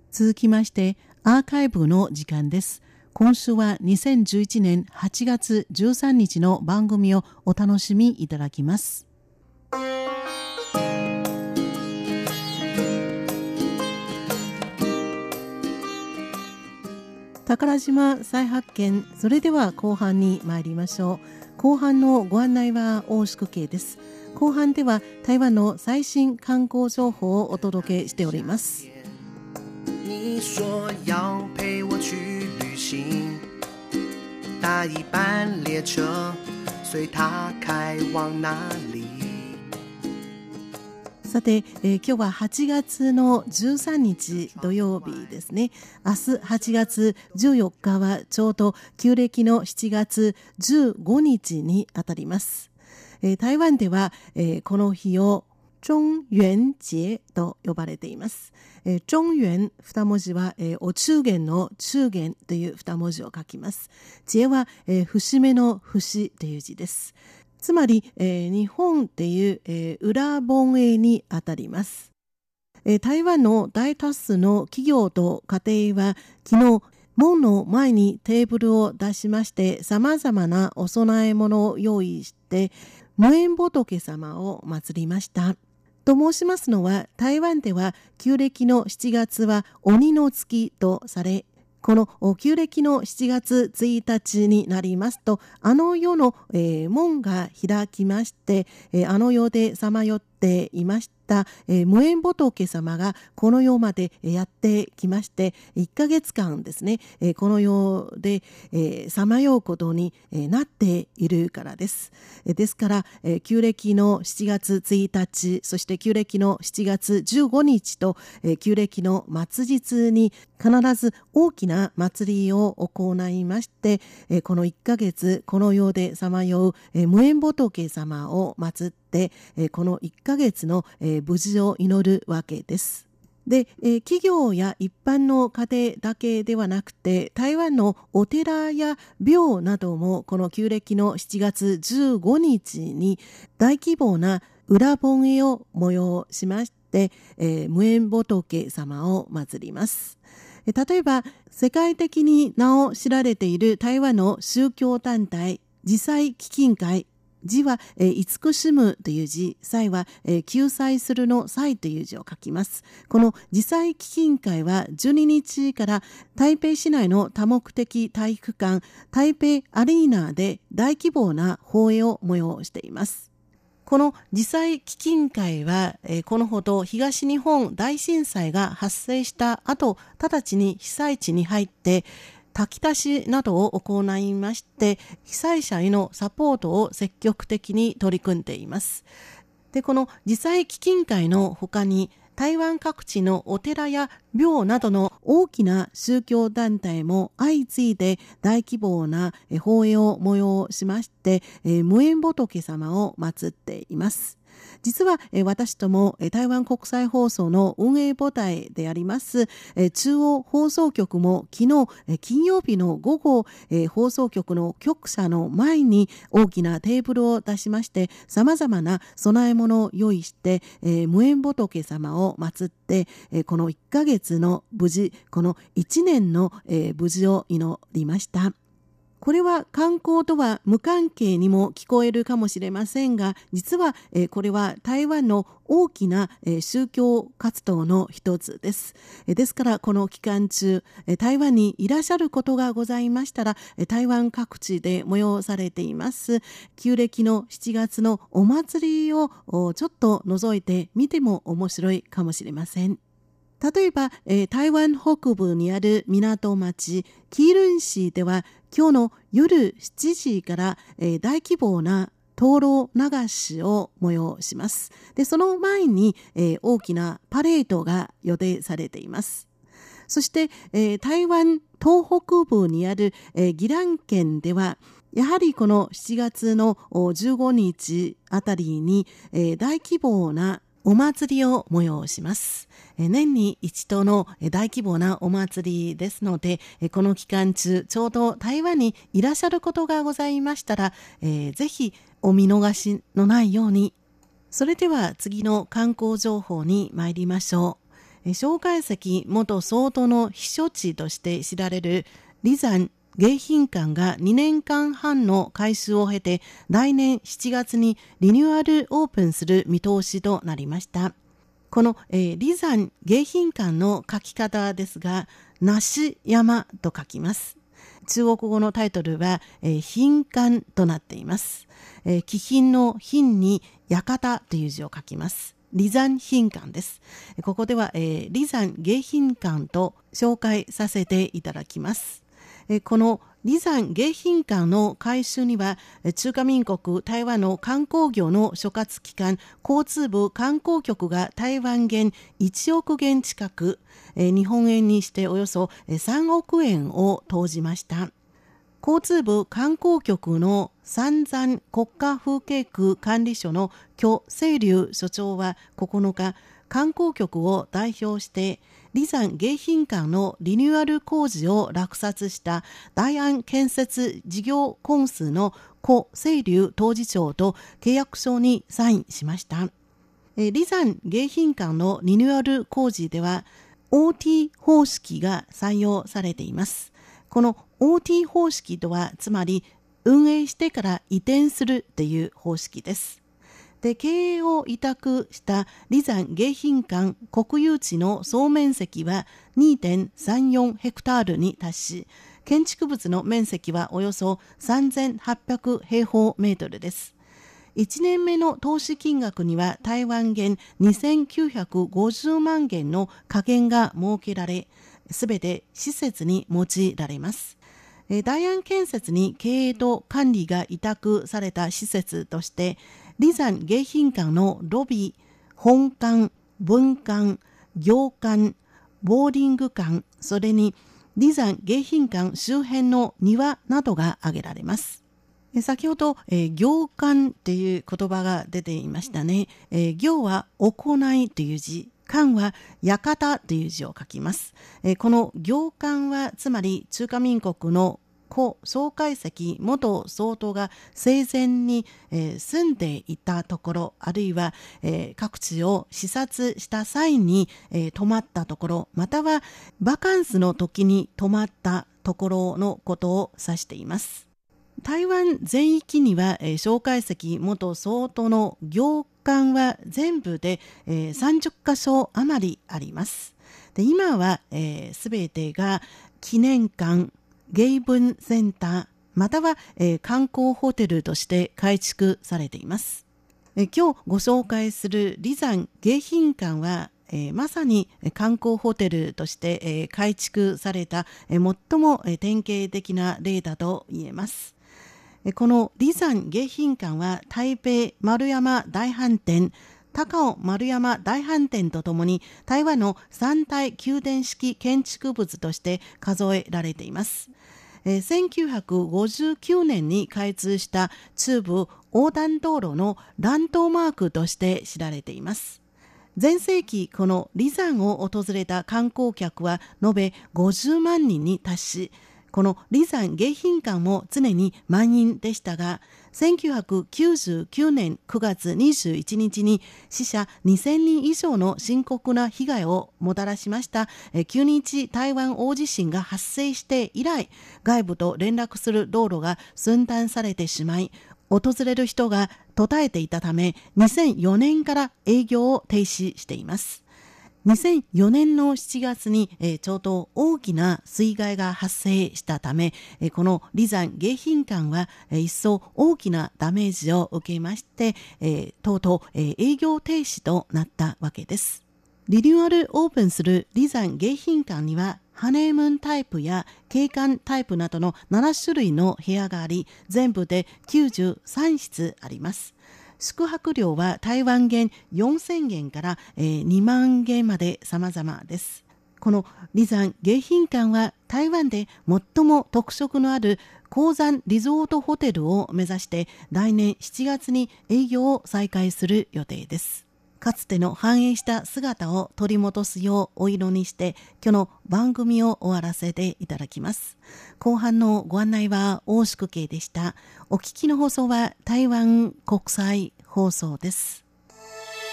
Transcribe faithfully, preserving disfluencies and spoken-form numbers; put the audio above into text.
続きましてアーカイブの時間です。今週はにせんじゅういちねんはちがつじゅうさんにちの番組をお楽しみいただきます。宝島再発見。それでは後半に参りましょう。後半のご案内は大宿慶です。後半では台湾の最新観光情報をお届けしております。 你说要陪我去旅行，搭一班列車隨他開往哪里。 さて、えー、今日ははちがつのじゅうさんにち土曜日ですね。明日はちがつじゅうよっかはちょうど旧暦のしちがつじゅうごにちにあたります。えー、台湾では、えー、この日を中元節と呼ばれています。えー、中元二文字は、えー、お中元の中元という二文字を書きます。節は、えー、節目の節という字です。つまり、えー、日本っていう、えー、裏盆栄にあたります。えー、台湾の大多数の企業と家庭は昨日門の前にテーブルを出しまして様々なお供え物を用意して無縁仏様を祀りました。と申しますのは、台湾では旧暦のしちがつは鬼の月とされ、この旧暦のしちがつついたちになりますと、あの世の、えー、門が開きまして、えー、あの世でさまよっていました、えー、無縁仏様がこの世までやってきまして、いっかげつかんですね、えー、この世でさまようことに、えー、なっているからです。えー、ですから、えー、旧暦のしちがつついたち、そして旧暦のしちがつじゅうごにちと、えー、旧暦の末日に必ず大きな祭りを行いまして、えー、このいっかげつこの世でさまよう、えー、無縁仏様を祀って、えー、このいっかげつの、えー、無事を祈るわけです。で、えー、企業や一般の家庭だけではなくて、台湾のお寺や廟などもこの旧暦のしちがつじゅうごにちに大規模な裏盆栄を催しまして、えー、無縁仏様を祀ります。例えば世界的に名を知られている台湾の宗教団体慈濟基金会、慈は、えー、慈しむという字、済は、えー、救済するの済という字を書きます。この慈濟基金会はじゅうににちから台北市内の多目的体育館台北アリーナで大規模な法会を催しています。この慈濟基金会は、えー、このほど東日本大震災が発生した後、直ちに被災地に入って炊き足しなどを行いまして、被災者へのサポートを積極的に取り組んでいます。で、この慈濟基金会の他に台湾各地のお寺や廟などの大きな宗教団体も相次いで大規模な法会を催しまして、無縁仏様を祀っています。実は私ども台湾国際放送の運営母体であります中央放送局も昨日金曜日の午後、放送局の局舎の前に大きなテーブルを出しまして、様々な供え物を用意して無縁仏様を祀って、このいっかげつの無事、このいちねんの無事を祈りました。これは観光とは無関係にも聞こえるかもしれませんが、実はこれは台湾の大きな宗教活動の一つです。ですからこの期間中、台湾にいらっしゃることがございましたら、台湾各地で催されています旧暦のしちがつのお祭りをちょっと覗いてみても面白いかもしれません。例えば、えー、台湾北部にある港町基隆市では今日の夜しちじから、えー、大規模な灯籠流しを催します。で、その前に、えー、大きなパレードが予定されています。そして、えー、台湾東北部にある、えー、宜蘭県ではやはりこのしちがつのじゅうごにちあたりに、えー、大規模なお祭りを催します。年に一度の大規模なお祭りですので、この期間中ちょうど台湾にいらっしゃることがございましたら、えー、ぜひお見逃しのないように。それでは次の観光情報に参りましょ蒋介石元総統の避暑地として知られる李山迎賓館がにねんかんはんの改修を経て来年しちがつにリニューアルオープンする見通しとなりました。この、えー、李山迎賓館の書き方ですが、梨山と書きます。中国語のタイトルは、えー、賓館となっています。えー、貴賓の賓に館という字を書きます。李山賓館です。ここでは、えー、李山迎賓館と紹介させていただきます。この李山迎賓館の改修には中華民国台湾の観光業の所轄機関交通部観光局が台湾元いちおくげん近く、日本円にしておよそさんおくえんを投じました。交通部観光局の三山国家風景区管理所の許清流所長はここのか、観光局を代表して李山迎賓館のリニューアル工事を落札した大安建設事業コンスの許清流当事長と契約書にサインしました。李山迎賓館のリニューアル工事では オーティー 方式が採用されています。この オーティー 方式とはつまり運営してから移転するという方式です。で経営を委託した李山迎賓館国有地の総面積は にてんさんよん ヘクタールに達し、建築物の面積はおよそさんぜんはっぴゃくへいほうメートルです。いちねんめの投資金額には台湾元にせんきゅうひゃくごじゅうまんげんの下限が設けられ、すべて施設に用いられます。大安建設に経営と管理が委託された施設として李山迎賓館のロビー、本館、文館、行館、ボーリング館、それに李山迎賓館周辺の庭などが挙げられます。先ほど、えー、行館という言葉が出ていましたね。えー、行は行いという字、館は館という字を書きます。えー、この行館はつまり中華民国の故蒋介石元総統が生前に、えー、住んでいたところ、あるいは、えー、各地を視察した際に、えー、泊まったところ、またはバカンスの時に泊まったところのことを指しています。台湾全域には、えー、蒋介石元総統の行館は全部で、えー、さんじゅっかしょ余りあります。で今はすべ、えー、てが記念館、芸文センター、または、えー、観光ホテルとして改築されています。えー、今日ご紹介する李山迎賓館は、えー、まさに観光ホテルとして、えー、改築された、えー、最も、えー、典型的な例だと言えます。えー、この李山迎賓館は台北丸山大飯店、高尾丸山大飯店とともに台湾の三大宮殿式建築物として数えられています。えー、せんきゅうひゃくごじゅうきゅうねんに開通した中部横断道路のランドマークとして知られています。前世紀この李山を訪れた観光客は延べごじゅうまんにんに達し、この李山迎賓館も常に満員でしたが、せんきゅうひゃくきゅうじゅうきゅうねんくがつにじゅういちにちに死者にせんにん以上の深刻な被害をもたらしましたきゅうにち台湾大地震が発生して以来、外部と連絡する道路が寸断されてしまい、訪れる人が途絶えていたためにせんよねんから営業を停止しています。にせんよねんのしちがつに、えー、ちょうど大きな水害が発生したため、えー、この李山迎賓館は、えー、一層大きなダメージを受けまして、えー、とうとう、えー、営業停止となったわけです。リニューアルオープンする李山迎賓館にはハネムーンタイプや景観タイプなどのななしゅるいの部屋があり、全部できゅうじゅうさんしつあります。宿泊料は台湾元よんせんげんから、えー、にまんげんまで様々です。この李山迎賓館は台湾で最も特色のある高山リゾートホテルを目指して来年しちがつに営業を再開する予定です。かつての繁栄した姿を取り戻すようお祈りして今日の番組を終わらせていただきます。後半のご案内は大宿慶でした。お聞きの放送は台湾国際放送です。